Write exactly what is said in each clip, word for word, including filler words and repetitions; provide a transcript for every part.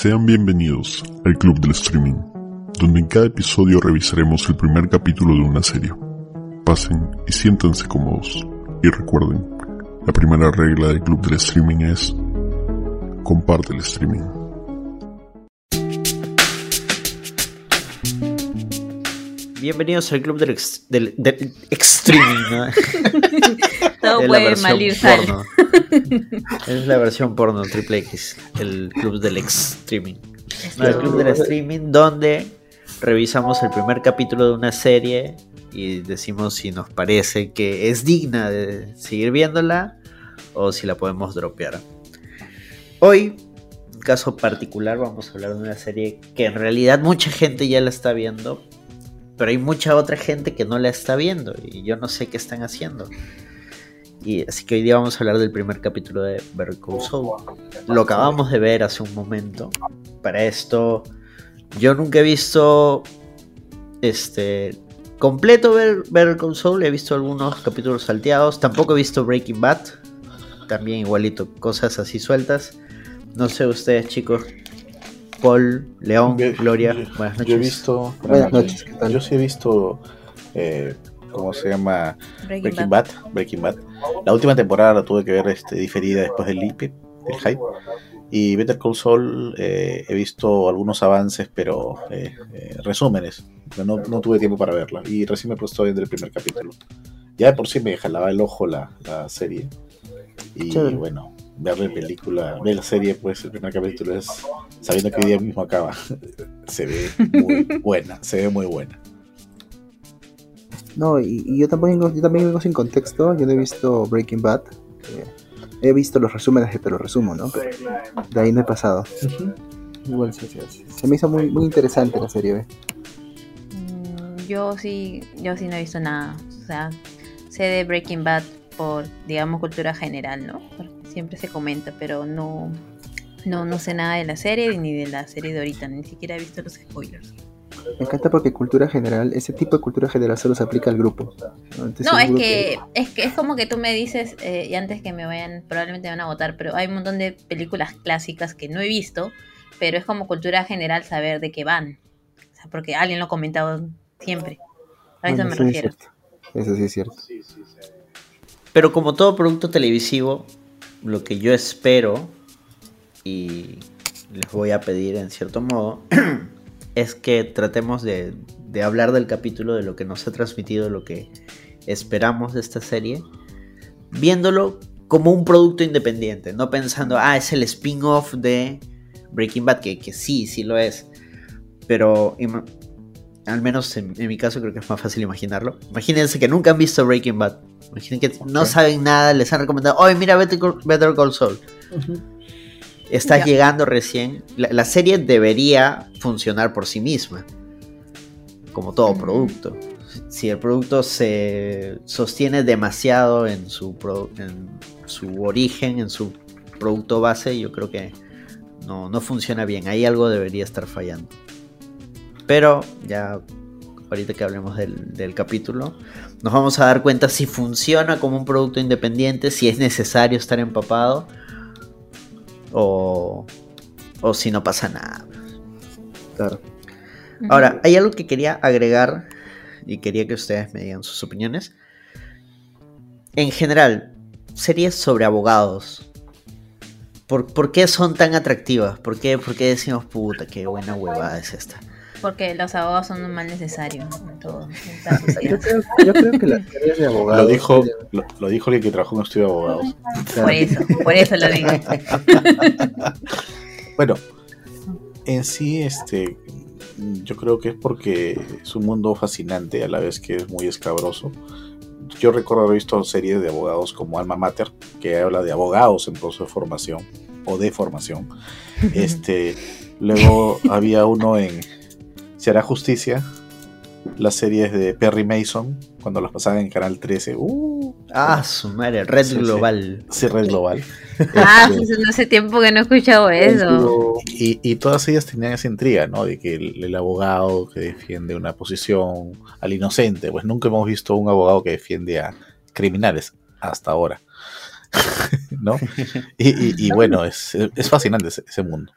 Sean bienvenidos al Club del Streaming, donde en cada episodio revisaremos el primer capítulo de una serie. Pasen y siéntanse cómodos. Y recuerden, la primera regla del Club del Streaming es: comparte el streaming. Bienvenidos al Club del, ex, del, del Extreming, ¿no? Todo puede mal ir sal. Es la versión porno triple X, el Club del Extreming. No, el Club del Streaming, donde revisamos el primer capítulo de una serie y decimos si nos parece que es digna de seguir viéndola o si la podemos dropear. Hoy, en caso particular, vamos a hablar de una serie que en realidad mucha gente ya la está viendo, pero hay mucha otra gente que no la está viendo y yo no sé qué están haciendo. Y así que hoy día vamos a hablar del primer capítulo de Better Call Saul. Lo acabamos de ver hace un momento. Para esto, yo nunca he visto este completo Better Call Saul. He visto algunos capítulos salteados. Tampoco he visto Breaking Bad. También igualito, cosas así sueltas. No sé ustedes, chicos. Paul, León, yo, Gloria, yo, buenas noches. Yo he visto, buenas noches, ¿qué tal? Yo sí he visto, eh, ¿cómo se llama? Breaking, Breaking Bad. Bad. Breaking Bad. La última temporada la tuve que ver este, diferida después del hype, del hype. Y Better Call Saul eh, he visto algunos avances, pero eh, eh, resúmenes. No, no tuve tiempo para verla y recién me he puesto viendo el primer capítulo. Ya de por sí me jalaba el ojo la, la serie. Y Chévere. Bueno, verle película, ver la serie, pues el primer capítulo es sabiendo que hoy día mismo acaba. Se ve muy buena, se ve muy buena. No, y, y yo también vengo, yo también vengo sin contexto. Yo no he visto Breaking Bad. Eh, he visto los resúmenes que te lo resumo, ¿no? Pero de ahí no he pasado. Uh-huh. Igual sí, sí, sí. Se me hizo muy, muy interesante la serie, ¿eh? Mm, yo sí, yo sí no he visto nada. O sea, sé de Breaking Bad por, digamos, cultura general, ¿no? Porque siempre se comenta, pero no, no, no sé nada de la serie ni de la serie de ahorita, ni siquiera he visto los spoilers. Me encanta porque cultura general, ese tipo de cultura general solo se aplica al grupo. No, no es, que, que... es que es como que tú me dices, eh, y antes que me vayan, probablemente me van a votar, pero hay un montón de películas clásicas que no he visto, pero es como cultura general saber de qué van. O sea, porque alguien lo ha comentado siempre. A eso bueno, me sí refiero. Es eso sí es cierto. Pero como todo producto televisivo, lo que yo espero, y les voy a pedir en cierto modo, es que tratemos de, de hablar del capítulo, de lo que nos ha transmitido, lo que esperamos de esta serie, viéndolo como un producto independiente, no pensando, ah, es el spin-off de Breaking Bad, que, que sí, sí lo es, pero im- al menos en, en mi caso creo que es más fácil imaginarlo. Imagínense que nunca han visto Breaking Bad, imaginen que no saben nada, les han recomendado, oye, mira Better, Better Call Saul. Uh-huh. Estás ya. llegando recién. La, la serie debería funcionar por sí misma, como todo producto. Si el producto se sostiene demasiado en su, pro, en su origen, en su producto base, yo creo que no, no funciona bien. Ahí algo debería estar fallando. Pero ya ahorita que hablemos del, del capítulo, nos vamos a dar cuenta si funciona como un producto independiente, si es necesario estar empapado, O, o si no pasa nada. Claro. Ahora, hay algo que quería agregar y quería que ustedes me digan sus opiniones. En general, series sobre abogados, ¿por, ¿por qué son tan atractivas? ¿Por qué, por qué decimos, puta, qué buena huevada es esta? Porque los abogados son un mal necesario en todo. En yo, creo, yo creo que las series de abogados... Lo dijo, lo, lo dijo alguien que trabajó en un estudio de abogados. Por eso, por eso lo digo. Bueno, en sí, este, yo creo que es porque es un mundo fascinante a la vez que es muy escabroso. Yo recuerdo haber visto series de abogados como Alma Mater, que habla de abogados en proceso de formación o de formación. Este, luego había uno en Se hará justicia, las series de Perry Mason, cuando las pasaban en Canal trece. Uh, ah, su madre, Red sí, Global. Sí, sí, Red Global. Ah, este, no hace tiempo que no he escuchado eso. Y, y todas ellas tenían esa intriga, ¿no? De que el, el abogado que defiende una posición al inocente, pues nunca hemos visto un abogado que defiende a criminales hasta ahora, ¿no? Y, y, y bueno, es, es fascinante ese, ese mundo.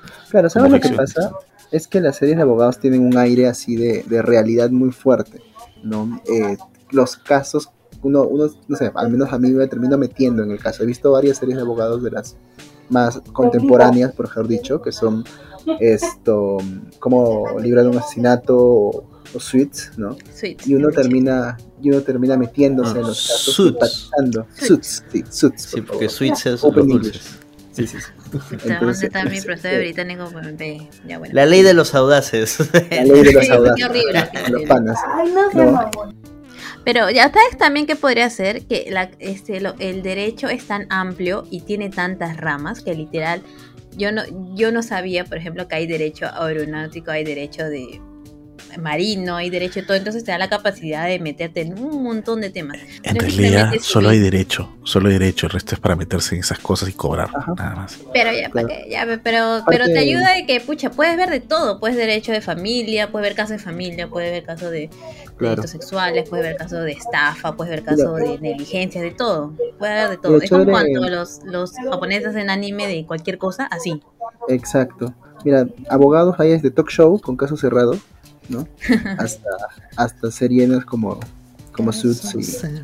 Claro, ¿sabes como lo que ficción. pasa? Es que las series de abogados tienen un aire así de, de realidad muy fuerte, ¿no? Eh, los casos, uno, uno, no sé, al menos a mí me termina metiendo en el caso. He visto varias series de abogados de las más contemporáneas, por mejor dicho, que son esto, como librar un asesinato o, o Suits, ¿no? Sweet. Y uno termina, y uno termina metiéndose Ah, en los casos, Suits. simpatizando. Suits, sí, Suits, Sí, por porque favor. Sweets es Open los English. dulces. Sí, sí, sí. ¿Dónde Entonces, está mi sí, profesor sí. británico? Pues me pegué. Ya bueno. La ley de los audaces. La ley de los Qué audaces. horrible, qué Los horrible. panas. No, Pero ya sabes también que podría ser que la, este, lo- el derecho es tan amplio y tiene tantas ramas que literal yo no, yo no sabía, por ejemplo, que hay derecho aeronáutico, hay derecho de marino, hay derecho de todo, entonces te da la capacidad de meterte en un montón de temas. En No es realidad simplemente solo hay civil. derecho, solo hay derecho, el resto es para meterse en esas cosas y cobrar, Ajá. nada más. Pero ya, ¿para Claro. qué? Ya, pero, pero te Aparte- ayuda de que, pucha, puedes ver de todo. Puedes derecho de familia, puedes ver casos de familia, puedes ver casos de Claro. delitos sexuales, puedes ver casos de estafa, puedes ver casos de negligencia, de todo. Puedes ver de Lo todo. Es como chévere- cuando los, los japoneses hacen anime de cualquier cosa, así. exacto. Mira, abogados hay desde talk show con caso cerrado, ¿no? Hasta, hasta series como, como Suits. Y,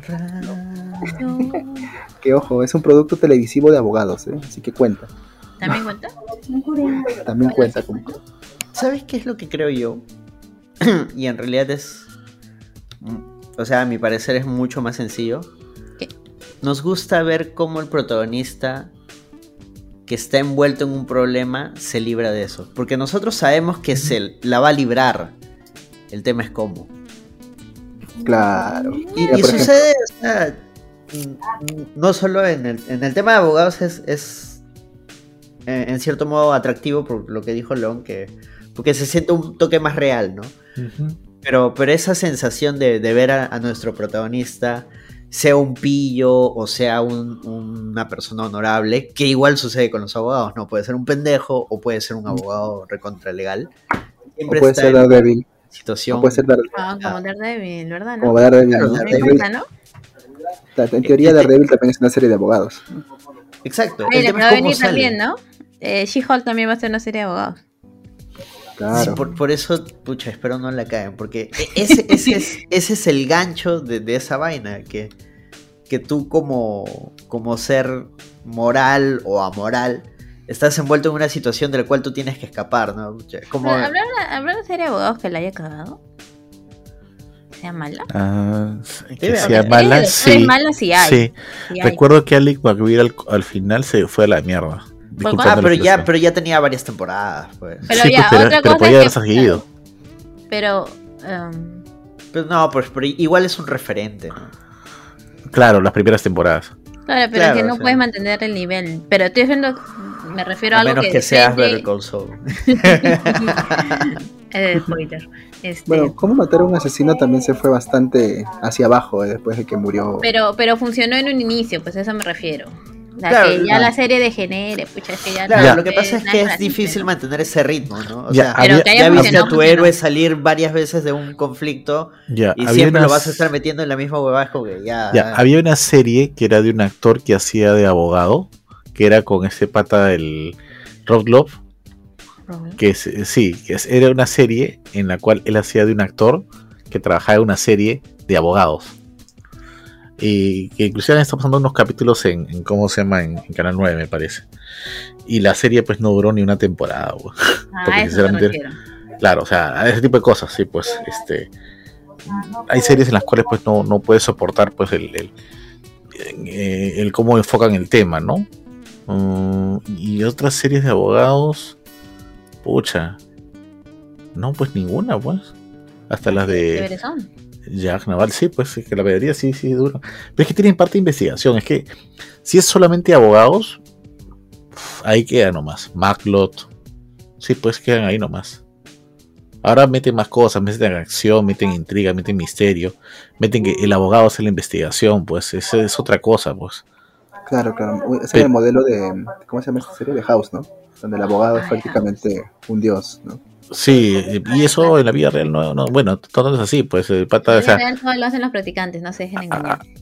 que ojo, es un producto televisivo de abogados, ¿eh? Así que cuenta. ¿También cuenta? También cuenta como. ¿Sabes qué es lo que creo yo? Y en realidad es... O sea, a mi parecer es mucho más sencillo. ¿Qué? Nos gusta ver cómo el protagonista que está envuelto en un problema se libra de eso. Porque nosotros sabemos que se la va a librar. El tema es cómo. Claro. Y, Mira, y por ejemplo, sucede, o sea, mm, no solo en el, en el tema de abogados es, es eh, en cierto modo atractivo por lo que dijo León, que porque se siente un toque más real, ¿no? Pero, pero esa sensación de, de ver a, a nuestro protagonista, sea un pillo o sea un- una persona honorable, que igual sucede con los abogados, ¿no? Puede ser un pendejo o puede ser un abogado recontra legal. o Siempre puede está ser en una Daredevil. situación... O puede ser Daredevil. Ah, como Daredevil, ¿verdad? Como ¿No? Daredevil, Claro, ¿no? Daredevil. También cuenta, ¿no? En teoría, Daredevil también es una serie de abogados. Exacto. Ay, El la tema que es va a cómo venir sale. también, ¿no? Eh, She-Hulk también va a ser una serie de abogados. Claro. Sí, por, por eso, pucha, espero no la caen, porque ese, ese, es, ese es el gancho de, de esa vaina, que, que tú como, como ser moral o amoral estás envuelto en una situación de la cual tú tienes que escapar, ¿no? Pucha, es como... ¿Habrá una, ¿Habrá una serie de abogados que la haya cagado? ¿Sea mala? Ah, que Sí, sea porque mala, es- sí. es mala si hay. Sí. Sí hay. Recuerdo que Alec McBeal al, al final se fue a la mierda. Disculpando Ah, la pero ya, expresión. pero ya tenía varias temporadas, pues. Pero Sí, ya, pues, pero, otra pero cosa podía es haber que- seguido. Pero, um, Pero no, pues pero igual es un referente, ¿no? Claro, las primeras temporadas. claro, pero Claro, es que no o sea. puedes mantener el nivel. Pero estoy haciendo, me refiero a, A algo menos que, que seas defiende- Better Call Saul. Eh, spoiler. Este, Bueno, cómo matar a un asesino también se fue bastante hacia abajo eh, después de que murió. pero, pero funcionó en un inicio, pues a eso me refiero. La Claro, que ya no. la serie degenere, pucha, es que ya Claro, no, lo que pasa es nada que es para siempre, difícil ¿no? mantener ese ritmo, ¿no? O Ya, sea, Pero había- que haya ya viste funcionado, a tu funcionó. héroe salir varias veces de un conflicto Ya, y había siempre lo unas- vas a estar metiendo en la misma huevada, es como que ya... Ya, ah, había una serie que era de un actor que hacía de abogado, que era con ese pata del Rod Love, que es- sí, que es- era una serie en la cual él hacía de un actor que trabajaba en una serie de abogados. Y que inclusive está pasando unos capítulos en, en ¿cómo se llama? En, en Canal nueve, me parece. Y la serie pues no duró ni una temporada, güey. Ah, Porque a eso me sinceramente- refiero. Claro, o sea, a ese tipo de cosas, sí, pues, este, hay series en las cuales pues no, no puedes soportar pues el, el, eh, el cómo enfocan el tema, ¿no? Mm, y otras series de abogados, pucha, no, pues ninguna, pues, hasta las de Chéveres son. Jack Naval, sí, pues, es que la mayoría sí, sí, dura. Pero es que tienen parte de investigación, es que si es solamente abogados, ahí queda nomás, Maclot, sí, pues quedan ahí nomás. Ahora meten más cosas, meten acción, meten intriga, meten misterio, meten que el abogado hace la investigación, pues esa es otra cosa, pues. Claro, claro. Uy, ese es Pero- el modelo de. ¿Cómo se llama esta serie? De House, ¿no? Donde el abogado es Ah, prácticamente un dios, ¿no? Sí, y eso en la vida real no, no bueno, todo no es así, pues el pata, o En sea, realidad todo lo hacen los practicantes, no se dejen engañar.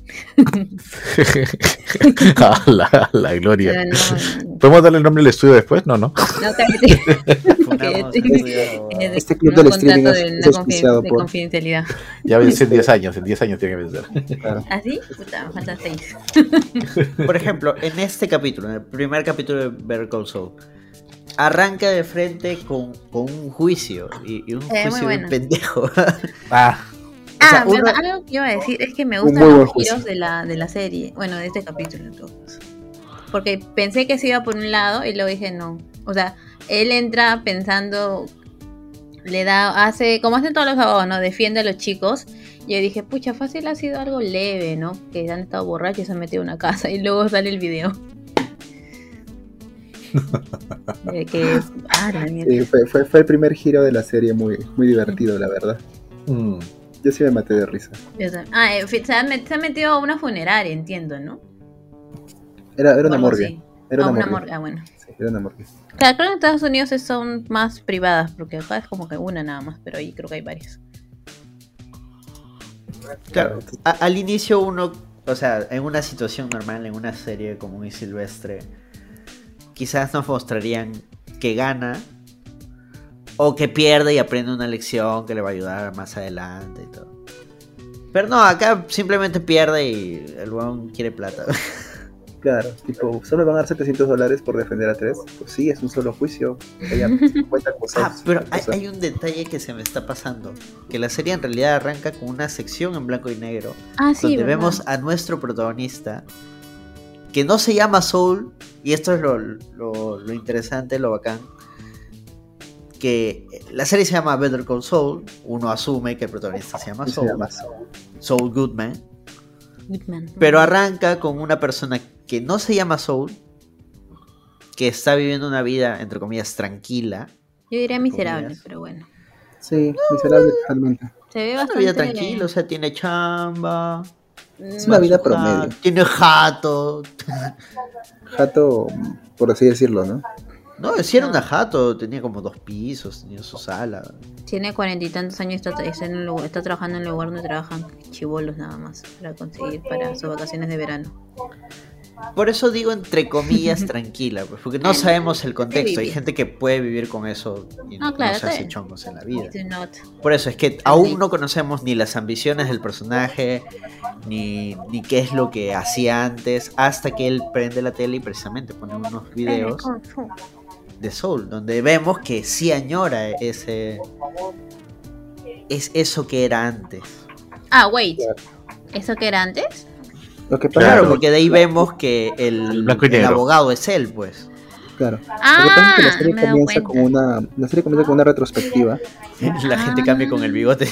Ah, la, la gloria. Pero no, ¿Podemos darle el nombre al estudio después? No, no. no, cállate. Fundamos Que- el estudio. Eh, de- Este club un del contrato streaming es- de, es una confi- auspiciado de por- confidencialidad. Ya vence en diez años, en diez años tiene que vencer. Claro. ¿Así? Puta, me faltan seis. Por ejemplo, en este capítulo, en el primer capítulo de Better Call Saul, arranca de frente con, con un juicio y, y un Eh, muy juicio de bueno. un pendejo. Ah, O sea, Ah, pero uno- algo que iba a decir es que me Un gustan muy buen los juicio. giros de la, de la serie. Bueno, de este capítulo en todo caso. Porque pensé que se iba por un lado y luego dije no. O sea, él entra pensando, le da, hace, como hacen todos los abogados, ¿no? Defiende a los chicos. Y yo dije, pucha, fácil ha sido algo leve, ¿no? Que han estado borrachos y se han metido a una casa y luego sale el video. De que es, ah, la mierda. Sí, fue, fue, fue el primer giro de la serie muy, muy divertido, la verdad. mm, Yo sí me maté de risa. O sea, ah, eh, se ha, met- se ha metido a una funeraria, entiendo, ¿no? Era, era O una algo morgue. así. Era Ah, una una morgue. morgue, ah, bueno. Sí, era una morgue. Claro, creo que en Estados Unidos es- son más privadas, porque acá es como que una nada más, pero ahí creo que hay varias. Claro, a- al inicio uno, o sea, en una situación normal, en una serie común y silvestre, quizás nos mostrarían que gana o que pierde y aprende una lección que le va a ayudar más adelante y todo. Pero no, acá simplemente pierde y el weón quiere plata. Claro, tipo, solo van a dar setecientos dólares por defender a tres. Pues sí, es un solo juicio. Hay cincuenta cosas. Ah, pero hay, o sea, hay un detalle que se me está pasando, que la serie en realidad arranca con una sección en blanco y negro, Ah, sí, donde ¿verdad? vemos a nuestro protagonista, que no se llama Soul, y esto es lo, lo, lo interesante, lo bacán, que la serie se llama Better Call Saul, uno asume que el protagonista se llama se Saul, llama Saul. Saul Goodman, Goodman. pero arranca con una persona que no se llama Saul, que está viviendo una vida, entre comillas, tranquila, Yo diría miserable, comillas. pero bueno. Sí, miserable totalmente. Se ve una bastante vida tranquila, o sea, tiene chamba, Es una va vida a su ja- promedio. tiene jato. Jato, por así decirlo, ¿no? No, si era una jato, tenía como dos pisos, tenía su sala. Tiene cuarenta y tantos años, está, está, en un lugar- está trabajando en el lugar donde trabajan chibolos nada más, para conseguir para sus vacaciones de verano. Por eso digo entre comillas tranquila, pues, porque no sabemos el contexto. Hay vivir. gente que puede vivir con eso y No, no, claro, se está hace bien. chongos en la vida. Do not. Por eso es que aún no conocemos ni las ambiciones del personaje, ni, ni qué es lo que hacía antes, hasta que él prende la tele y precisamente pone unos videos de Soul, donde vemos que sí añora ese es eso que era antes. Ah, wait. ¿Eso que era antes? Lo que pasa Claro, es que- porque de ahí vemos que el, El blanco y el negro. abogado es él, pues. Claro. Lo que pasa es Ah, que la serie me he dado comienza cuenta. con una. La serie comienza con una retrospectiva. La gente Ah. cambia con el bigote.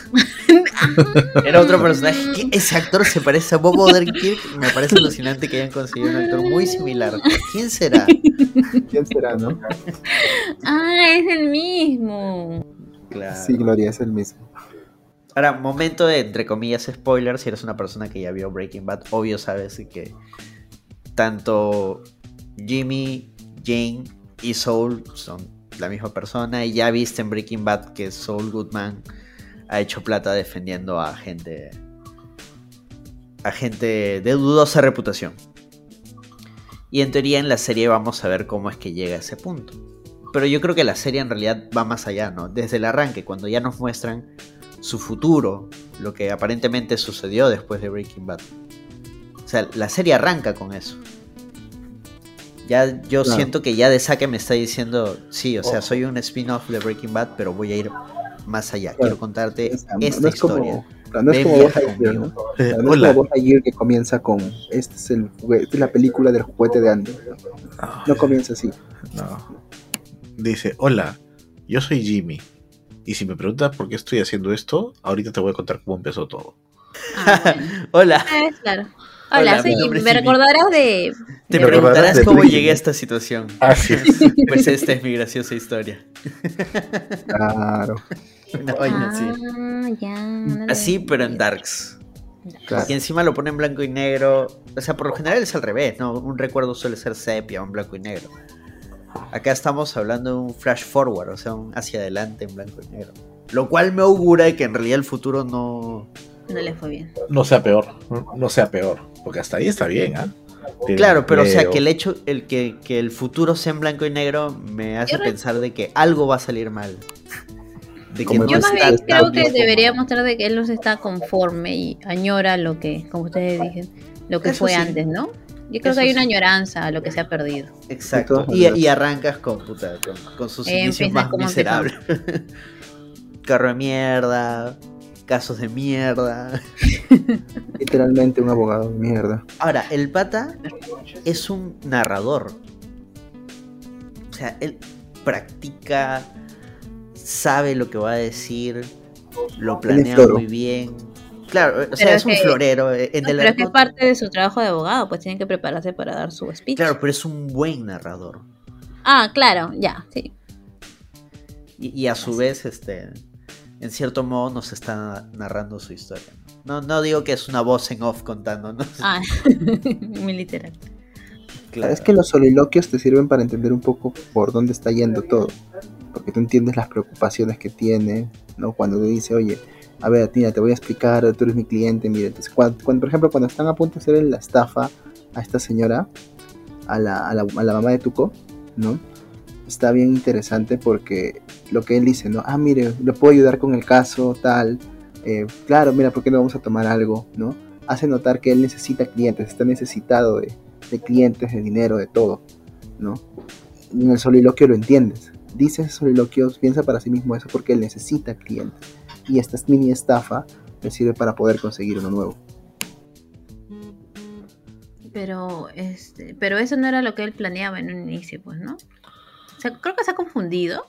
Era otro personaje. ¿Qué? Ese actor se parece a Bob Odenkirk. Me parece alucinante que hayan conseguido un actor muy similar. ¿Quién será? ¿Quién será, no? Ah, es el mismo. Claro. Sí, Gloria, es el mismo. Ahora, momento de, entre comillas, spoiler. Si eres una persona que ya vio Breaking Bad, obvio sabes que tanto Jimmy, Jane y Saul son la misma persona. Y ya viste en Breaking Bad que Saul Goodman ha hecho plata defendiendo a gente a gente de dudosa reputación. Y en teoría en la serie vamos a ver cómo es que llega a ese punto. Pero yo creo que la serie en realidad va más allá, ¿no? Desde el arranque, cuando ya nos muestran su futuro, lo que aparentemente sucedió después de Breaking Bad. O sea, la serie arranca con eso. Ya yo Claro. siento que ya de saque me está diciendo, sí, o sea, Ojo. soy un spin-off de Breaking Bad, pero voy a ir más allá. Claro. Quiero contarte O sea, esta no es historia. como, claro, no es Ven, como viaja Buzz Lightyear, ¿no? conmigo. O sea, no es Hola. como Buzz Lightyear que comienza con este es el juguete, esta es la película del juguete de Andy. No comienza así. No. Dice, hola, yo soy Jimmy. Y si me preguntas por qué estoy haciendo esto, ahorita te voy a contar cómo empezó todo. Ah, bueno. Hola, Ah, es claro. Hola, Hola, mi sí, nombre es me Jimmy. recordarás de... te de- recordarás preguntarás de cómo Breaking llegué a Bad. esta situación. Así es. Pues esta es mi graciosa historia. Claro. Una vaina así. Ah, ya. no lo Así, había pero en entendido. Darks. Claro. Y encima lo pone en blanco y negro. O sea, por lo general es al revés, ¿no? Un recuerdo suele ser sepia o en blanco y negro. Acá estamos hablando de un flash forward, o sea, un hacia adelante en blanco y negro. Lo cual me augura de que en realidad el futuro no, no le fue bien. No sea peor, no, no sea peor, porque hasta ahí está bien, ¿ah? ¿eh? Claro, pero o sea, que el hecho, el que, que el futuro sea en blanco y negro me hace Yo pensar de que algo va a salir mal. De que Como no Yo más está bien creo tan que bien debería como- mostrar de que él no se está conforme y añora lo que, como ustedes dicen, lo que Eso fue sí. antes, ¿no? Yo creo Eso que hay una sí. añoranza a lo que se ha perdido. Exacto. De todas Y, maneras. y arrancas con, puta, con, con sus Eh, inicios empiezas más como miserables. Carro de mierda, casos de mierda. Literalmente un abogado de mierda. Ahora, el pata es un narrador. O sea, él practica, sabe lo que va a decir, lo planea floro. muy bien. Claro, o sea, Pero es un es que- florero. eh, En No, el pero es que es arco- parte de su trabajo de abogado, pues tienen que prepararse para dar su speech. Claro, pero es un buen narrador. Ah, claro, ya, sí. Y, y a su vez, este, en cierto modo, nos está narrando su historia. No, no digo que es una voz en off contando, ¿no? Ah, muy literal. Claro. Es que los soliloquios te sirven para entender un poco por dónde está yendo todo. Porque tú entiendes las preocupaciones que tiene, ¿no? Cuando te dice, oye, a ver, tía, te voy a explicar, tú eres mi cliente, mire. Entonces, cuando, cuando, por ejemplo, cuando están a punto de hacer la estafa a esta señora, a la, a la, a la mamá de Tuco, ¿no? Está bien interesante porque lo que él dice, ¿no? Ah, mire, le puedo ayudar con el caso, tal. Eh, claro, mira, ¿por qué no vamos a tomar algo, ¿no? Hace notar que él necesita clientes, está necesitado de, de clientes, de dinero, de todo, ¿no? En el soliloquio lo entiendes. Dice ese soliloquio, piensa para sí mismo eso porque él necesita clientes. Y esta mini estafa le sirve para poder conseguir uno nuevo. Pero, este, pero eso no era lo que él planeaba en un inicio, pues, ¿no? O sea, creo que se ha confundido.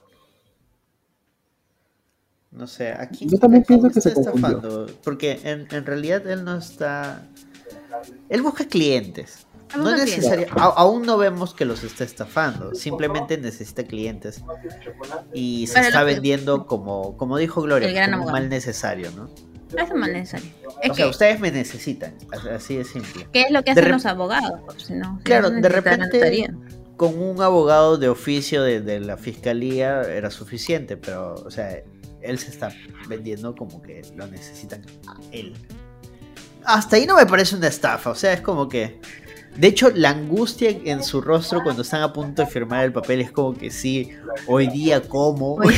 No sé, aquí. Yo también aquí pienso me que se está confundió. estafando, porque en, en realidad él no está. Él busca clientes. Ah, No es busca necesario. a- aún no vemos que los está estafando. Simplemente necesita clientes. Y se Pero está lo que- vendiendo como, como dijo Gloria, El gran como un abogado. mal necesario, ¿no? Eso es más necesario. Es O sea, que, ustedes me necesitan. Así de simple. ¿qué es lo que de hacen rep- los abogados? Pues, si no, si Claro, no de necesitaran, no repente estarían. con un abogado de oficio de, de la fiscalía era suficiente, pero, o sea, él se está vendiendo como que lo necesitan a él. Hasta ahí no me parece una estafa, o sea, es como que... De hecho, la angustia en su rostro cuando están a punto de firmar el papel es como que sí, hoy día como... Oye.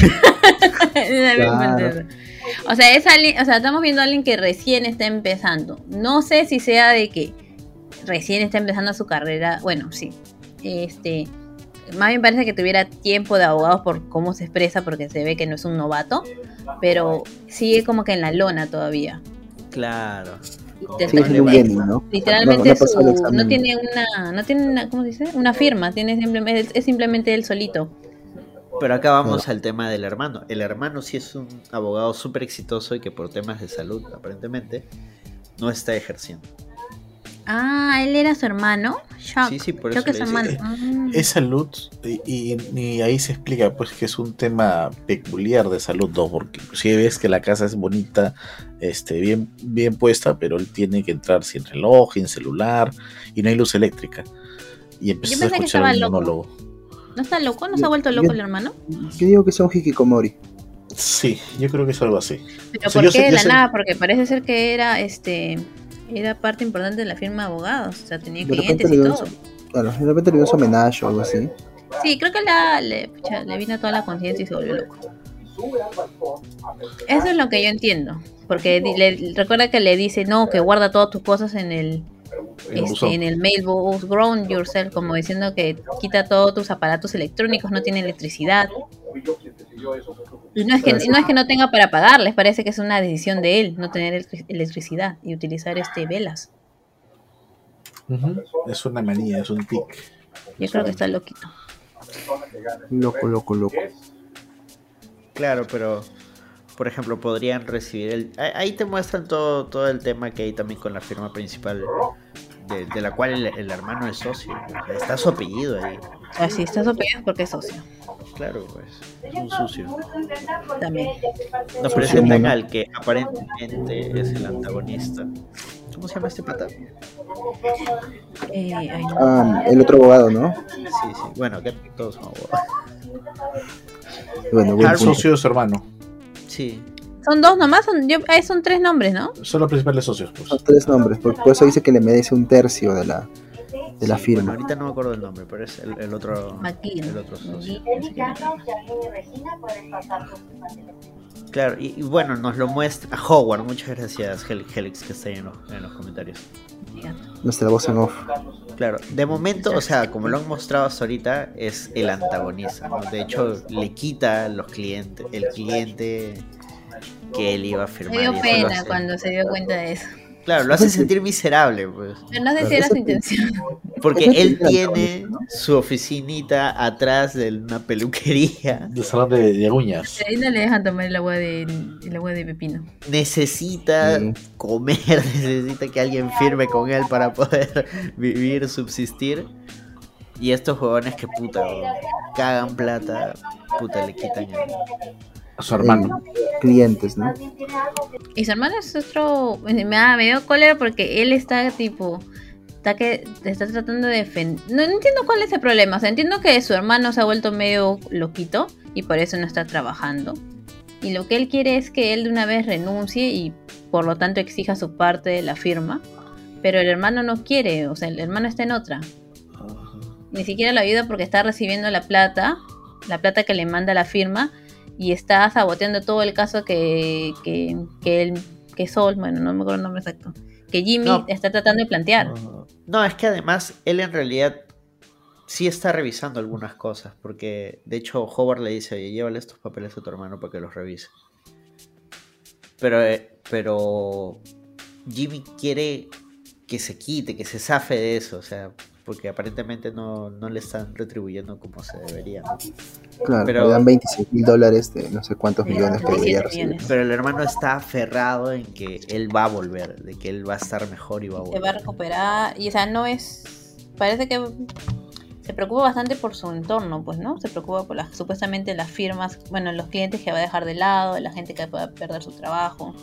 Claro. O sea, es alguien, o sea, estamos viendo a alguien que recién está empezando. No sé si sea de que recién está empezando su carrera. Bueno, sí. Este, más bien parece que tuviera tiempo de abogados por cómo se expresa, porque se ve que no es un novato, pero sigue como que en la lona todavía. Claro. Te- Sigue siendo un es- genio, ¿no? Literalmente No- no pasó su- el no, examen. tiene una, no tiene una, ¿cómo se dice? Una firma, tiene simplemente, es simplemente él solito. Pero acá vamos al tema del hermano. El hermano sí es un abogado súper exitoso y que por temas de salud, aparentemente, no está ejerciendo. Ah, él era su hermano. Shock. Sí, sí, por Shock eso es le su dice- hermano. Ah. Es salud y, y- y ahí se explica pues que es un tema peculiar de salud, ¿no? Porque si ves que la casa es bonita, este, bien, bien puesta, pero él tiene que entrar sin reloj, sin celular y no hay luz eléctrica. Y empiezas a pensé que escuchar estaba un loco. monólogo. ¿No está loco? ¿No se Yo- ha vuelto loco yo- el hermano? Yo digo que son hikikomori. Sí, yo creo que es algo así. ¿Pero O sea, por yo qué sé- de yo la sé- nada? Porque parece ser que era este era parte importante de la firma de abogados. O sea, tenía De repente clientes le y dio todo. su, claro, de repente le dio su homenaje o algo así. Sí, creo que la, le, pucha, le vino toda la conciencia y se volvió loco. Eso es lo que yo entiendo. Porque di- le, recuerda que le dice, no, que guarda todas tus cosas en el En el buzón. este, en el mailbox, ground yourself, como diciendo que quita todos tus aparatos electrónicos, no tiene electricidad. Y no es que y no es que no tenga para pagarles, parece que es una decisión de él no tener electri- electricidad y utilizar este velas. Ujú. Es una manía, es un tic. Yo creo que está loquito. Loco, loco, loco. Claro, pero por ejemplo podrían recibir el... ahí- Ahí te muestran todo, todo el tema que hay también con la firma principal de, de la cual el, el hermano es socio. Está su apellido ahí. O sea, si estás opinando es porque es socio. Claro, pues es un sucio. También. Nos Socio presentan mono. al que aparentemente es el antagonista. ¿Cómo se llama este pata? Sí, Eh, ay, no. Ah, el otro abogado, ¿no? sí. Bueno, acá todos son abogados. Bueno, buen Harvey. punto. Socio de su hermano. Sí. Son dos nomás, son, yo, eh, son tres nombres, ¿no? Son los principales socios. Pues. Son tres nombres, por, por eso dice que le merece un tercio de la, de la Sí, firma. bueno, ahorita no me acuerdo del nombre, pero es el, el otro. McGee. El otro socio. Eric Carlos, Janine y Regina pueden pasar por su familia. Claro, y, y bueno, nos lo muestra. Howard, muchas gracias, Hel- Helix, que está ahí en los, en los comentarios. Nuestra voz en off. Claro, de momento, o sea, como lo han mostrado hasta ahorita, es el antagonista, ¿no? De hecho, le quita los clientes, el cliente que él iba a firmar. Me dio y eso lo pena hace- cuando se dio cuenta de eso. Claro, lo hace sentir miserable, pues. Pero no sé si era su intención. Porque Eso es él el tiene antagonista, ¿no? su oficinita atrás de una peluquería. De salón de, de uñas. Ahí no le dejan tomar el agua de, el agua de pepino. Necesita Sí. comer, necesita que alguien firme con él para poder vivir, subsistir. Y estos huevones que puta, weón, cagan plata, puta, le quitan el... A su hermano. Eh, clientes, ¿no? Y su hermano es otro. Me, da- me dio cólera porque él está tipo. Está que está tratando de defender. No, no entiendo cuál es el problema. O sea, entiendo que su hermano se ha vuelto medio loquito y por eso no está trabajando. Y lo que él quiere es que él de una vez renuncie y por lo tanto exija su parte de la firma. Pero el hermano no quiere. O sea, el hermano está en otra. Ni siquiera lo ayuda porque está recibiendo la plata. La plata que le manda la firma. Y está saboteando todo el caso que, que, que, él, que Sol, bueno, no me acuerdo el nombre exacto, que Jimmy No. está tratando de plantear. No, es que además él en realidad sí está revisando algunas cosas, porque de hecho Howard le dice, oye, llévale estos papeles a tu hermano para que los revise. Pero, eh, pero Jimmy quiere que se quite, que se zafe de eso, o sea, porque aparentemente no, no le están retribuyendo como se debería, ¿no? Claro, Pero- le dan veintiséis mil dólares de no sé cuántos De millones que debería veintisiete recibir. millones. Pero el hermano está aferrado en que él va a volver, de que él va a estar mejor y va a Se volver. va a recuperar y o sea, no es... Parece que se preocupa bastante por su entorno, pues, ¿no? Se preocupa por las, supuestamente las firmas, bueno, los clientes que va a dejar de lado, la gente que pueda perder su trabajo.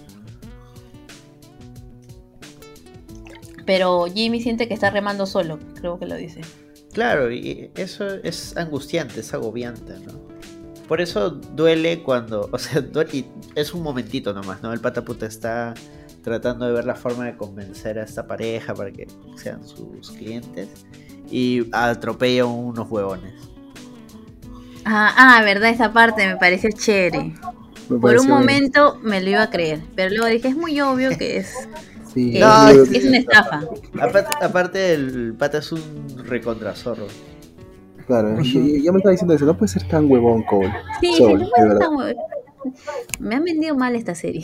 Pero Jimmy siente que está remando solo, creo que lo dice. Claro, y eso es angustiante, es agobiante, ¿no? Por eso duele cuando, o sea, duele, y es un momentito nomás, ¿no? El pata puta está tratando de ver la forma de convencer a esta pareja para que sean sus clientes y atropella unos huevones. Ah, ah, verdad, esa parte me pareció chévere. Me Por un pareció- momento me lo iba a creer, pero luego dije, es muy obvio que es, Sí, que No, es, es que es una estafa. Aparte, aparte el pata es un recontrazorro. claro. Yo, yo me estaba diciendo eso, no puede ser tan huevón Cole. Sí, Sol, no de puede verdad. estar muy- me han vendido mal esta serie.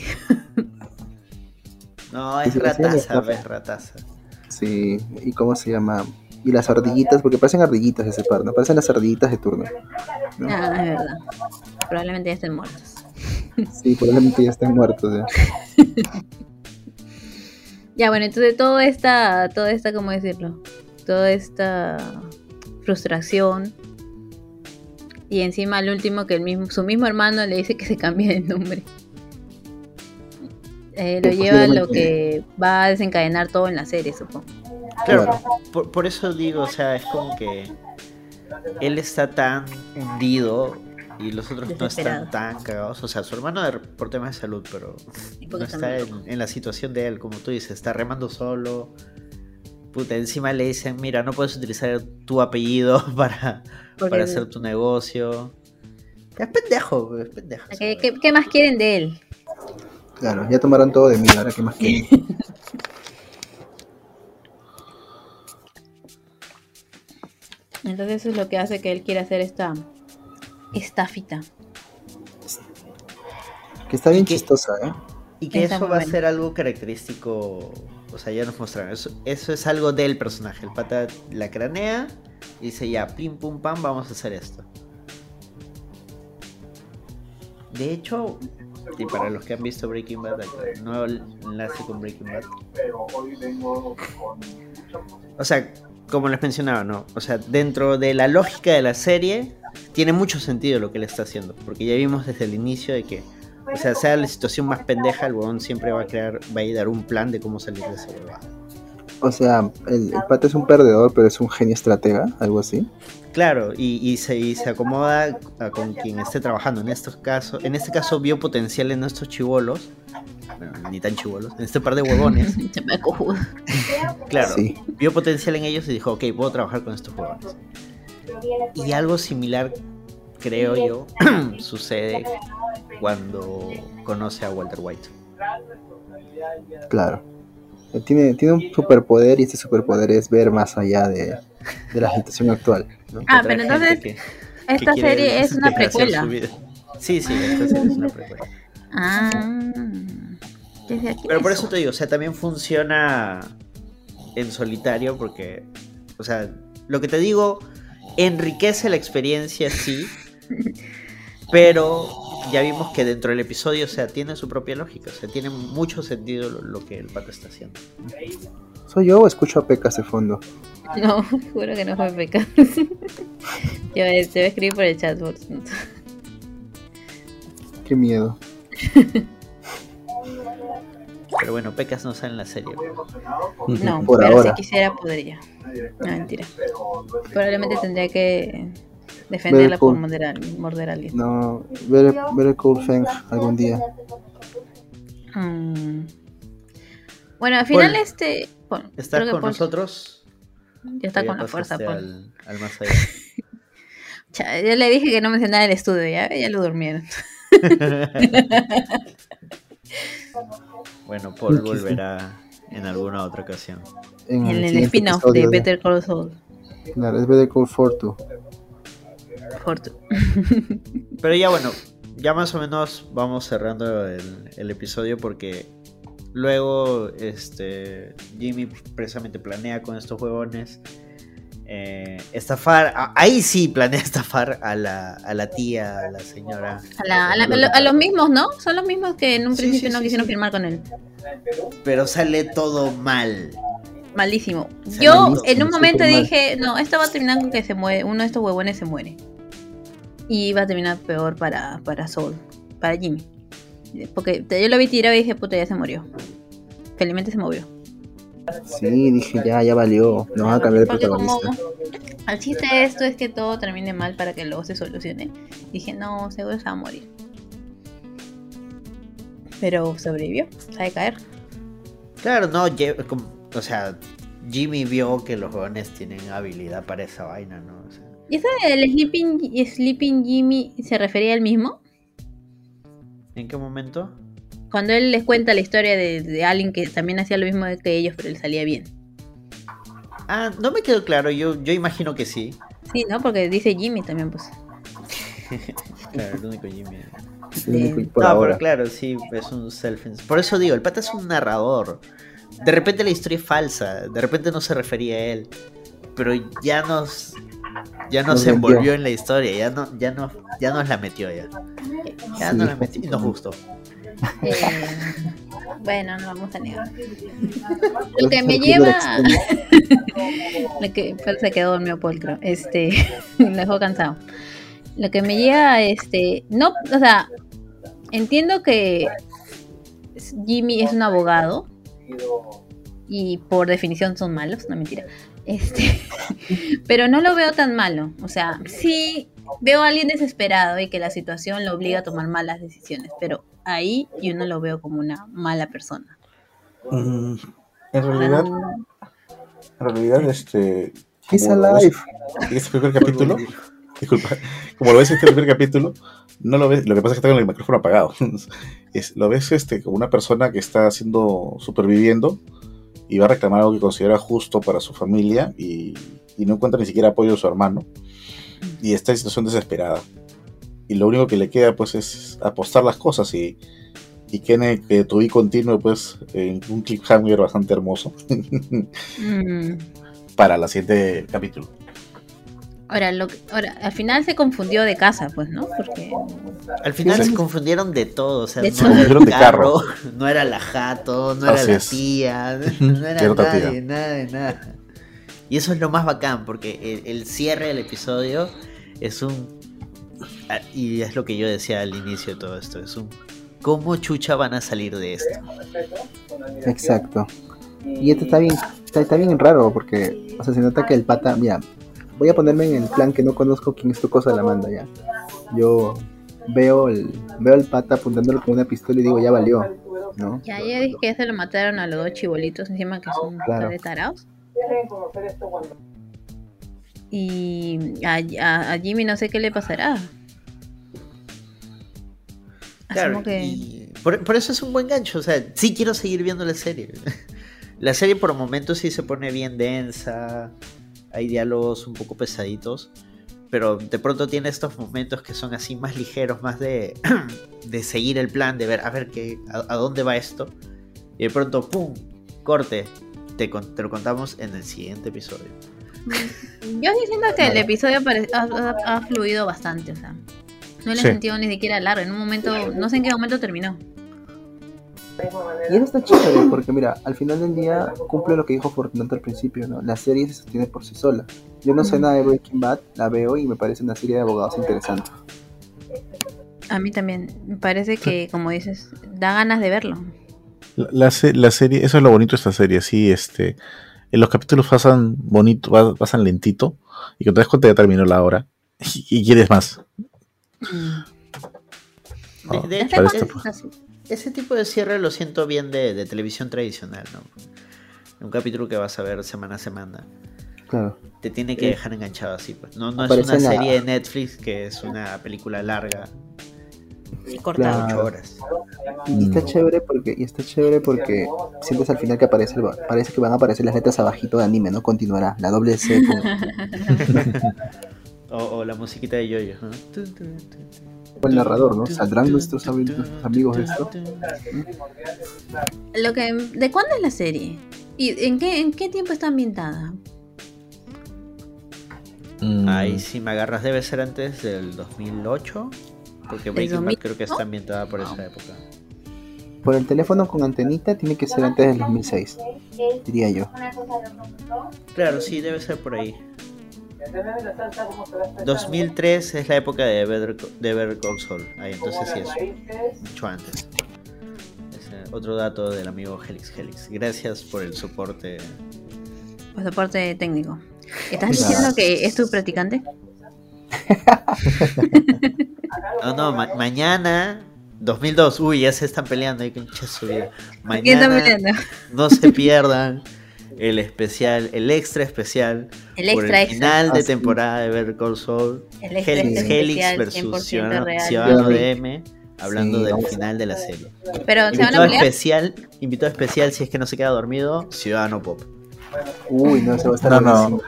No, Sí, es sí, sí, rataza, estafa. es rataza. Sí, ¿y cómo se llama? Y las ardillitas, porque parecen ardillitas de ese par, ¿no? Parecen las ardillitas de turno. ¿no? Ah, es verdad. Probablemente ya estén muertos. Sí, probablemente ya están muertos. ¿eh? Ya, bueno, entonces toda esta, toda esta, ¿cómo decirlo? Toda esta frustración. Y encima al último que el mismo, su mismo hermano le dice que se cambie de nombre. Eh, lo Sí, lleva a lo posiblemente. que va a desencadenar todo en la serie, supongo. Claro, Claro. por, por eso digo, o sea, es como que él está tan hundido y los otros no Desesperado. están tan cagados. O sea, su hermano de- por temas de salud, pero Y no porque está está muy en, en la situación de él, como tú dices, está remando solo. Puta, encima le dicen, mira, no puedes utilizar tu apellido para, Porque- para hacer tu negocio. Es pendejo, es pendejo. ¿Qué, qué, qué más quieren de él? Claro, ya tomaron todo de mí, ahora qué más quieren. Entonces eso es lo que hace que él quiera hacer esta estafita. Que está bien ¿Y qué? chistosa, ¿eh? Y que Está eso muy va a bueno. ser algo característico. O sea, ya nos mostraron. Eso, eso es algo del personaje. El pata la cranea y dice ya, pim pum pam, vamos a hacer esto. De hecho, y para los que han visto Breaking Bad, acá, nuevo enlace con Breaking Bad. O sea, como les mencionaba, ¿no? O sea, dentro de la lógica de la serie, tiene mucho sentido lo que él está haciendo. Porque ya vimos desde el inicio de que, o sea, sea la situación más pendeja, el huevón siempre va a crear, va a dar un plan de cómo salir de esa huevada. O sea, el, el pata es un perdedor, pero es un genio estratega, algo así. Claro, y, y, se, y se acomoda a, con quien esté trabajando. En estos casos, en este caso vio potencial en estos chibolos, bueno, ni tan chibolos, en este par de huevones. Se me cojudo. Claro, Sí. vio potencial en ellos y dijo, ok, puedo trabajar con estos huevones. Y algo similar, creo yo, sucede cuando conoce a Walter White. Claro. Eh, Tiene, tiene un superpoder y este superpoder es ver más allá de, de la situación actual, ¿no? Ah, Otra pero gente entonces, que- esta que quiere serie es una desgraciar precuela. su vida. Sí, sí, esta serie es una precuela. Ah. Desde aquí Pero por eso te digo, o sea, también funciona en solitario porque, o sea, lo que te digo enriquece la experiencia, sí, pero ya vimos que dentro del episodio, o sea, tiene su propia lógica, o sea, tiene mucho sentido lo, lo que el pato está haciendo. ¿Soy yo o escucho a Pecas de fondo? No, juro que no fue pecado. Yo eh, te voy a escribir por el chat. Por... Qué miedo. Pero bueno, Pecas no sale en la serie. No, Por pero ahora. si quisiera podría. No, mentira. Probablemente tendría que defenderla Very cool. por morder a, morder a alguien. No, ver, ver Cool Feng algún día. Mm. Bueno, al final Paul, este... Bueno, ¿Estás creo que con Paul nosotros? ya está ¿O ya con la fuerza, pasaste Paul. al, al más allá? Cha, yo le dije que no mencionara el estudio, ya, ya lo durmieron. Bueno, Paul Sí, sí. volverá en alguna otra ocasión. En En el siguiente spin-off episodio de Better Call Saul. Claro, es Better Call Fortu. Corto. Pero ya bueno, ya más o menos vamos cerrando el, el episodio porque luego este Jimmy precisamente planea con estos huevones eh, estafar, a- ahí sí planea estafar a la, a la tía, a la señora. A, la- a la- a lo- a los mismos, ¿no? Son los mismos que en un Sí, principio sí, no sí, quisieron sí. firmar con él. Pero sale todo mal. Malísimo. Se Yo malísimo, en un momento súper mal. dije, no, esto va a terminar con que se muere, uno de estos huevones se muere. Y va a terminar peor para, para Saul, para Jimmy. Porque yo lo vi tirado y dije, puta, ya se murió. Felizmente se movió. Sí, dije, ya, ya valió. No van a cambiar de Porque como protagonista. el chiste de esto es que todo termine mal para que luego se solucione. Dije, no, seguro se va a morir. Pero sobrevivió, sabe caer. Claro, no, lle- como- o sea, Jimmy vio que los huevones tienen habilidad para esa vaina, ¿no? O sea, ¿Y eso del Sleeping, Sleeping Jimmy se refería al mismo? ¿en qué momento? Cuando él les cuenta la historia de, de alguien que también hacía lo mismo que ellos, pero le salía bien. Ah, no me quedó claro, yo, yo imagino que sí. Sí, ¿no? Porque dice Jimmy también, pues. Claro, el único Jimmy. El único y por no, ahora. pero claro, sí, es un self. Por eso digo, el pata es un narrador. De repente la historia es falsa, de repente no se refería a él, pero ya nos ya nos Nos vendió. envolvió en la historia, ya no ya no ya nos la metió ya. Ya Sí. nos la metió y nos gustó. Eh, bueno, no vamos a negar. Lo que me El club lleva. del extremo. Lo que pues, se quedó dormido Paul, creo. Este. Lo dejó cansado. Lo que me lleva a este. No, o sea. Entiendo que Jimmy es un abogado. Y por definición son malos, no mentira. Este. Pero no lo veo tan malo. O sea, sí veo a alguien desesperado y que la situación lo obliga a tomar malas decisiones. Pero ahí yo no lo veo como una mala persona. Mm, en realidad, en realidad, este. He's como lo ves alive. en este primer capítulo, disculpa, como lo ves en este primer capítulo, no lo ves, lo que pasa es que está con el micrófono apagado. Es, lo ves este como una persona que está haciendo, superviviendo y va a reclamar algo que considera justo para su familia y, y no encuentra ni siquiera apoyo de su hermano y está en situación desesperada. Y lo único que le queda pues es apostar las cosas y, y que, que tu y continúe pues en un cliffhanger bastante hermoso Mm. para el siguiente capítulo. Ahora, lo que- ahora, al final se confundió de casa, pues, ¿no? Porque Al final Sí. se confundieron de todo, o sea, De no todo. era el Confundieron de carro, no era la jato, no era Así la es. tía, no era Era otra nadie, tía. nada de nada. Y eso es lo más bacán, porque el, el cierre del episodio es un... Y es lo que yo decía al inicio de todo esto, es un... ¿Cómo chucha van a salir de esto? Exacto. Y este está bien, está, está bien raro porque, o sea, se nota que el pata, mira, voy a ponerme en el plan que no conozco quién es tu cosa la manda ya. Yo veo el, veo al pata apuntándolo con una pistola y digo, ya valió, ¿no? Ya, ya dije que ya se lo mataron a los dos chibolitos encima que son Claro. de taraos. Y a, a, a Jimmy no sé qué le pasará. Claro, Asumo que... y por, por eso es un buen gancho. O sea, sí quiero seguir viendo la serie. La serie por momentos sí se pone bien densa. Hay diálogos un poco pesaditos. Pero de pronto tiene estos momentos que son así más ligeros, más de, de seguir el plan, de ver a ver qué, a, a dónde va esto. Y de pronto, ¡pum! Corte. Te, con- te lo contamos en el siguiente episodio. Yo sí siento que el episodio pare- ha, ha- ha fluido bastante, o sea, no le he Sí. sentido ni siquiera largo. En un momento, no sé en qué momento terminó. Y eso está chévere porque mira, al final del día cumple lo que dijo Fortunato al principio, ¿no? La serie se sostiene por sí sola. Yo no sé nada de Breaking Bad, la veo y me parece una serie de abogados interesante. A mí también, me parece que, como dices, da ganas de verlo. La, la se- la serie, eso es lo bonito de esta serie, sí, este, en los capítulos pasan bonito, va- pasan lentito, y cuando te das cuenta ya terminó la hora, y, y quieres más. De, Ah, de ¿Hasta hecho, para cuándo esta- es así? ese tipo de cierre lo siento bien de, de televisión tradicional, ¿no? Un capítulo que vas a ver semana a semana. Claro. Te tiene que Sí. dejar enganchado así, pues. No, no es Aparece una en la- serie de Netflix que es una película larga, Y cortado. Claro. ocho horas. Y está Mm. chévere porque, y está chévere porque sientes al final que aparece el, parece que van a aparecer las letras abajito de anime, ¿no? Continuará, la doble C. con- O, o la musiquita de Yoyo, ¿no? Tu, tu, tu, tu. O el narrador, ¿no? ¿Saldrán nuestros, ami- nuestros amigos de esto? Lo que, ¿de cuándo es la serie? ¿Y en qué, en qué tiempo está ambientada? Mm, Ahí sí me agarras, debe ser antes del dos mil ocho, porque Breaking dos mil Bad creo que está ambientada por esa época. Por el teléfono con antenita tiene que ser antes del dos mil seis, diría yo. Claro, sí, debe ser por ahí. dos mil tres es la época de Better, de Better Call Saul. Ahí, entonces sí es mucho antes. Ese otro dato del amigo Helix Helix. Gracias por el soporte. Pues soporte técnico. ¿Estás Claro. diciendo que es tu practicante? No, no, ma- mañana dos mil dos. Uy, ya se están peleando. Ay, concha su vida. ¿Quién está Mañana peleando? no se pierdan el especial, el extra especial. El por extra el extra. final de Ah, sí. temporada de Better Call Saul. El extra Helix extra Helix especial, versus cien por ciento Ciudadano, real. Ciudadano Sí. D M, hablando Sí, del vamos a- final de la serie. Pero se van a Invitado pelear. especial, invitado especial si es que no se queda dormido, Ciudadano Pop. Uy, no, se va a estar No, no. buenísimo.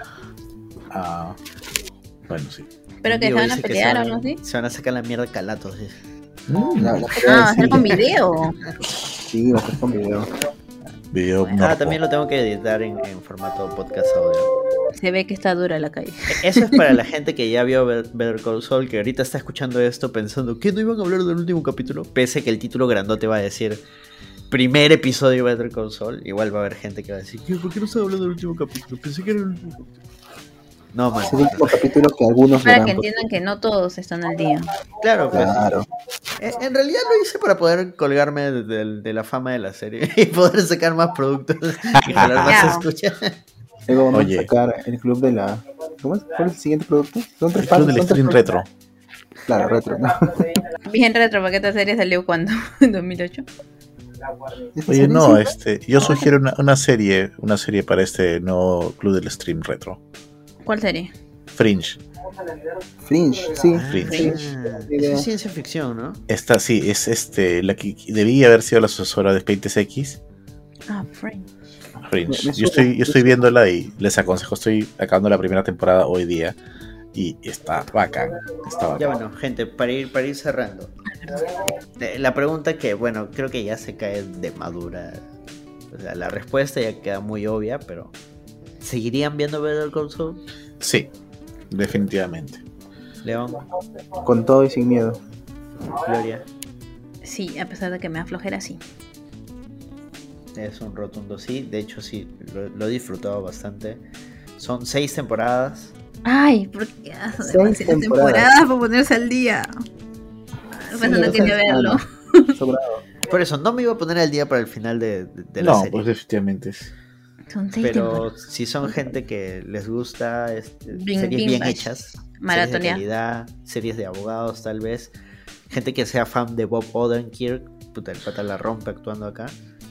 ah, bueno, sí. Pero que se Digo, van a dice que pelear se o van- algo así. Se van a sacar la mierda calatos. dice. La, la Ah, pelea va a de ser con cine. video. Sí, va a ser con video. Video Ah, Norpo. también lo tengo que editar en, en formato podcast audio. Se ve que está dura la calle. E- Eso es para la gente que ya vio Be- Better Call Saul, que ahorita está escuchando esto pensando que no iban a hablar del último capítulo, pese que el título grandote va a decir primer episodio de Better Call Saul. Igual va a haber gente que va a decir, ¿qué? ¿Por qué no estaba hablando del último capítulo? Pensé que era el último capítulo. No, man. Es el último capítulo que algunos Para verán. que porque- entiendan que no todos están al día. Claro, pues. Claro. En en realidad lo hice para poder colgarme de, de- de la fama de la serie y poder sacar más productos y jalar más Ya. escucha. Luego vamos Oye. a sacar el club de la... ¿Cómo es? ¿Cuál es el siguiente producto? Son tres El club del son tres stream partes. retro. Claro, retro, ¿no? Bien retro, porque esta serie salió cuando, en dos mil ocho. ¿Esta Oye, serie no, sí? este, yo sugiero una, una serie, una serie para este nuevo club del stream retro. ¿Cuál serie? Fringe. Fringe, sí. Fringe. Ah, eso es ciencia ficción, ¿no? Esta sí, es este, la que debía haber sido la sucesora de Expedientes X. Ah, Frank. Fringe. Me- me Yo suena, estoy, me yo estoy suena. viéndola y les aconsejo, estoy acabando la primera temporada hoy día y está bacán, está Ya bacán. bueno, gente, para ir, para ir cerrando. Eh, La pregunta que, bueno, creo que ya se cae de madura. O sea, la respuesta ya queda muy obvia, pero ¿seguirían viendo Better Call Saul? Sí, definitivamente. León, Con todo y sin miedo. Gloria, Sí, a pesar de que me aflojera, sí. es un rotundo sí. De hecho, sí, lo, lo he disfrutado bastante. Son seis temporadas. Ay, porque ah, son Seis demasiadas temporadas. temporadas para ponerse al día. Por eso no Sí, quería o sea, verlo. Sobrado. Por eso, no me iba a poner al día para el final de, de- de la No, serie. pues definitivamente es. Son seis Pero temporadas. si son gente que les gusta este, Bing- series Bing bien Bash. hechas, series de Maratonear. calidad, series de abogados tal vez, gente que sea fan de Bob Odenkirk, puta, el pata la rompe actuando acá.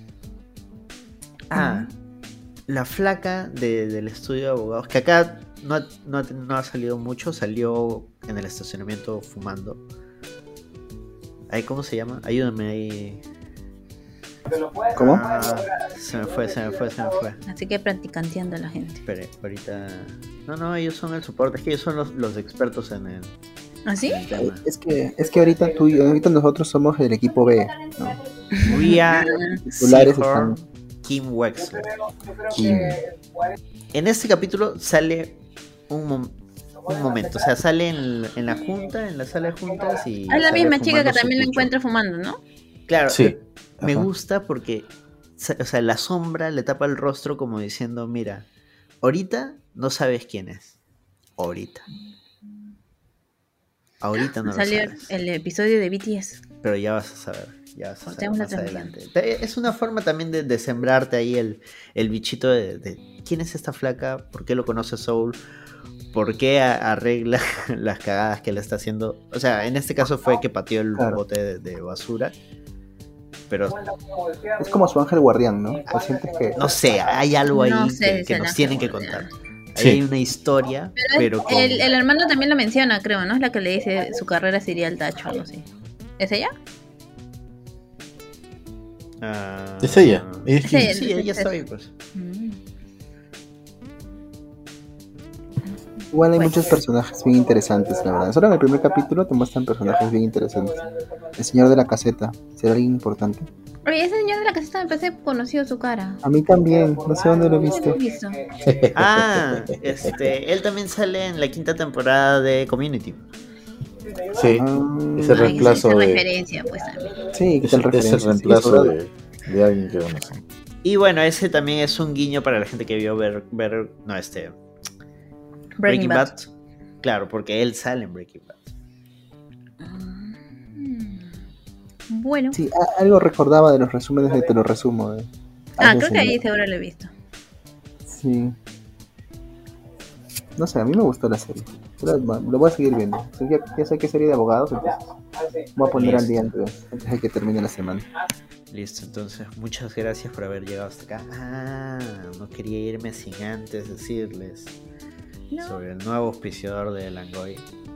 Ah, la flaca de- del estudio de abogados, que acá no ha, no ha- no ha salido mucho, salió en el estacionamiento fumando. Ahí, ¿cómo se llama? Ayúdame ahí. ¿Cómo? Ah, se me fue, se me fue, se me fue. Así que practicanteando a la gente. Espere, ahorita. No, no, ellos son el soporte, es que ellos son los, los expertos en el, ¿Así? en el tema. Es que, es que ahorita tú y ahorita nosotros somos el equipo B, ¿no? Ria Titulares Seahorn, están- Kim Wexler. Kim. En este capítulo sale un, mom- un momento, o sea, sale en, en la junta, en la sala de juntas y. Es la sale misma chica que fumando su también la pucho. encuentra fumando, ¿no? Claro, Sí. me Ajá. gusta porque, sa- o sea, la sombra le tapa el rostro como diciendo, mira, ahorita no sabes quién es. Ahorita. Ahorita no lo Salió sabes. el episodio de B T S. Pero ya vas a saber, ya vas a saber Cortemos la más transmisión. adelante. Te- Es una forma también de, de sembrarte ahí el, el bichito de, de quién es esta flaca, por qué lo conoce Soul, por qué a- arregla las cagadas que le está haciendo. O sea, en este caso fue que pateó el Claro. bote de, de basura. Pero Es como su ángel guardián, ¿no? O sientes que no sé, hay algo ahí No sé que, si que es nos el tienen que ángel contar. Sí. Ahí hay una historia, Pero, pero, es- con... el, el hermano también lo menciona, creo, ¿no? Es la que le dice su carrera se iría al tacho o algo así. ¿Es ella? Ah, Es ella. Ella es Es Kim. ella. Sí, ella Es- está ahí, pues. Mm. igual hay Pues- muchos personajes bien interesantes, la verdad. Solo en el primer capítulo te muestran personajes bien interesantes. El señor de la caseta, ¿será alguien importante? Oye, ese señor de la caseta me parece conocido su cara. A mí también, no sé dónde lo he visto. Visto. Ah, este, él también sale en la quinta temporada de Community. Sí. Ah, Es el Ay, reemplazo esa de- referencia, pues también. sí, ¿qué Es, tal es el referencia? Sí, reemplazo seguro. de, de alguien que conocen. Y bueno, ese también es un guiño para la gente que vio ver, ver no, este, Breaking, Breaking Bad. Bad. Claro, porque él sale en Breaking Bad. Mm. Bueno. Sí, a- algo recordaba de los resúmenes de Te lo resumo. eh. Ah, Algo creo que así. ahí seguro lo he visto. Sí. No sé, a mí me gustó la serie. Pero Lo lo voy a seguir viendo. O sea, ya, ya sé que serie de abogados, entonces voy a poner al día antes, antes de que termine la semana. Listo, entonces muchas gracias por haber llegado hasta acá. Ah, no quería irme sin antes decirles No. sobre el nuevo auspiciador de Langoy.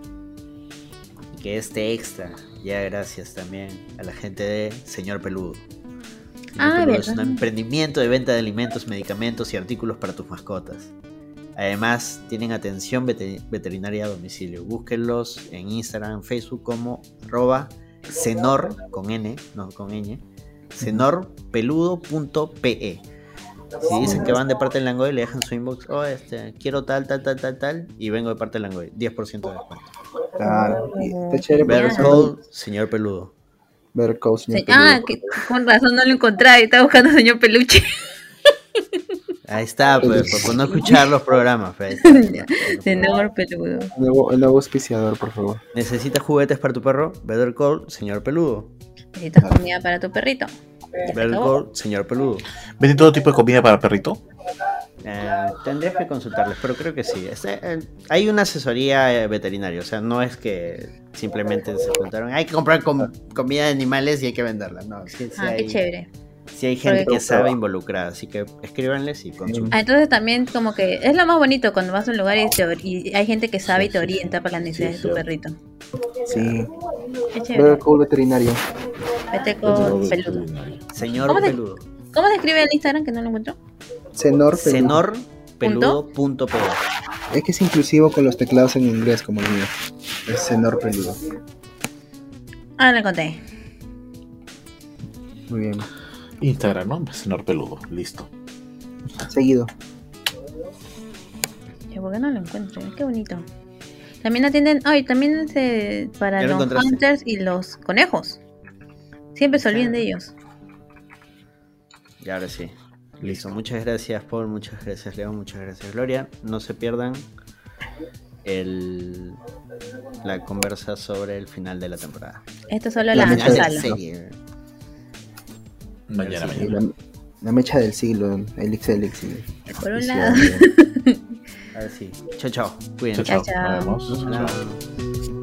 Y que este extra, ya gracias también a la gente de Señor Peludo. Señor Ah, Peludo es ¿verdad? un emprendimiento de venta de alimentos, medicamentos y artículos para tus mascotas. Además, tienen atención vete- veterinaria a domicilio. Búsquenlos en Instagram, Facebook como arroba cenor con N, no con ñ, cenorpeludo punto pe. Si dicen que van de parte del Langoy, le dejan su inbox, oh, este, quiero tal, tal, tal, tal, tal, y vengo de parte del Langoy, diez por ciento de descuento. Claro, y está chévere porque Better son- Call, señor peludo. Better Call, señor Se- Peludo, ah, por que favor. con razón no lo encontraba y estaba buscando señor peluche. Ahí está, pues, por, por no escuchar los programas. Pues, ahí está. Señor peludo. El nuevo, el nuevo auspiciador, por favor. ¿Necesitas juguetes para tu perro? Better Call, señor peludo. Necesitas comida para tu perrito. Ya se Better acabó. Call, señor peludo. ¿Venden todo tipo de comida para perrito? Eh, tendrías que consultarles, pero creo que sí. Este, eh, hay una asesoría eh, veterinaria, o sea, no es que simplemente se juntaron, hay que comprar com- comida de animales y hay que venderla. No, sí, sí Ah, hay, qué chévere. sí hay gente Porque- que sabe involucrada, así que escríbanles y consulten. Ah, entonces también como que es lo más bonito cuando vas a un lugar y, te or- y hay gente que sabe y te orienta para las necesidades Sí, de tu sí. perrito. Sí. Qué Better chévere. Call veterinario. Vete con peludo. Señor ¿Cómo se- peludo. ¿Cómo se escribe el Instagram que no lo encuentro? Cenor Peludo. Cenorpeludo.pe. Es que es inclusivo con los teclados en inglés como el mío. Es Cenor Peludo. Ah, lo encontré. Muy bien. Instagram, ¿no? Señor peludo. Listo. Seguido. ¿Y por qué no lo encuentro? Qué bonito. También atienden, ay, también se, para ¿Ya lo los encontraste? hunters y los conejos. Siempre se olviden de ellos. Y ahora sí. Listo. Muchas gracias, Paul. Muchas gracias, Leo. Muchas gracias, Gloria. No se pierdan el, la conversa sobre el final de la temporada. Esto es solo La la mecha Final de la antesala. serie. Mañana, Sí, Y mañana. la, La mecha del siglo, Elix Elix. Y, Por un y lado. Ciudad. A ver si. Chao, chao. Cuídense. Chao, Chao, chao. chao. Nos vemos. Hola. Chao.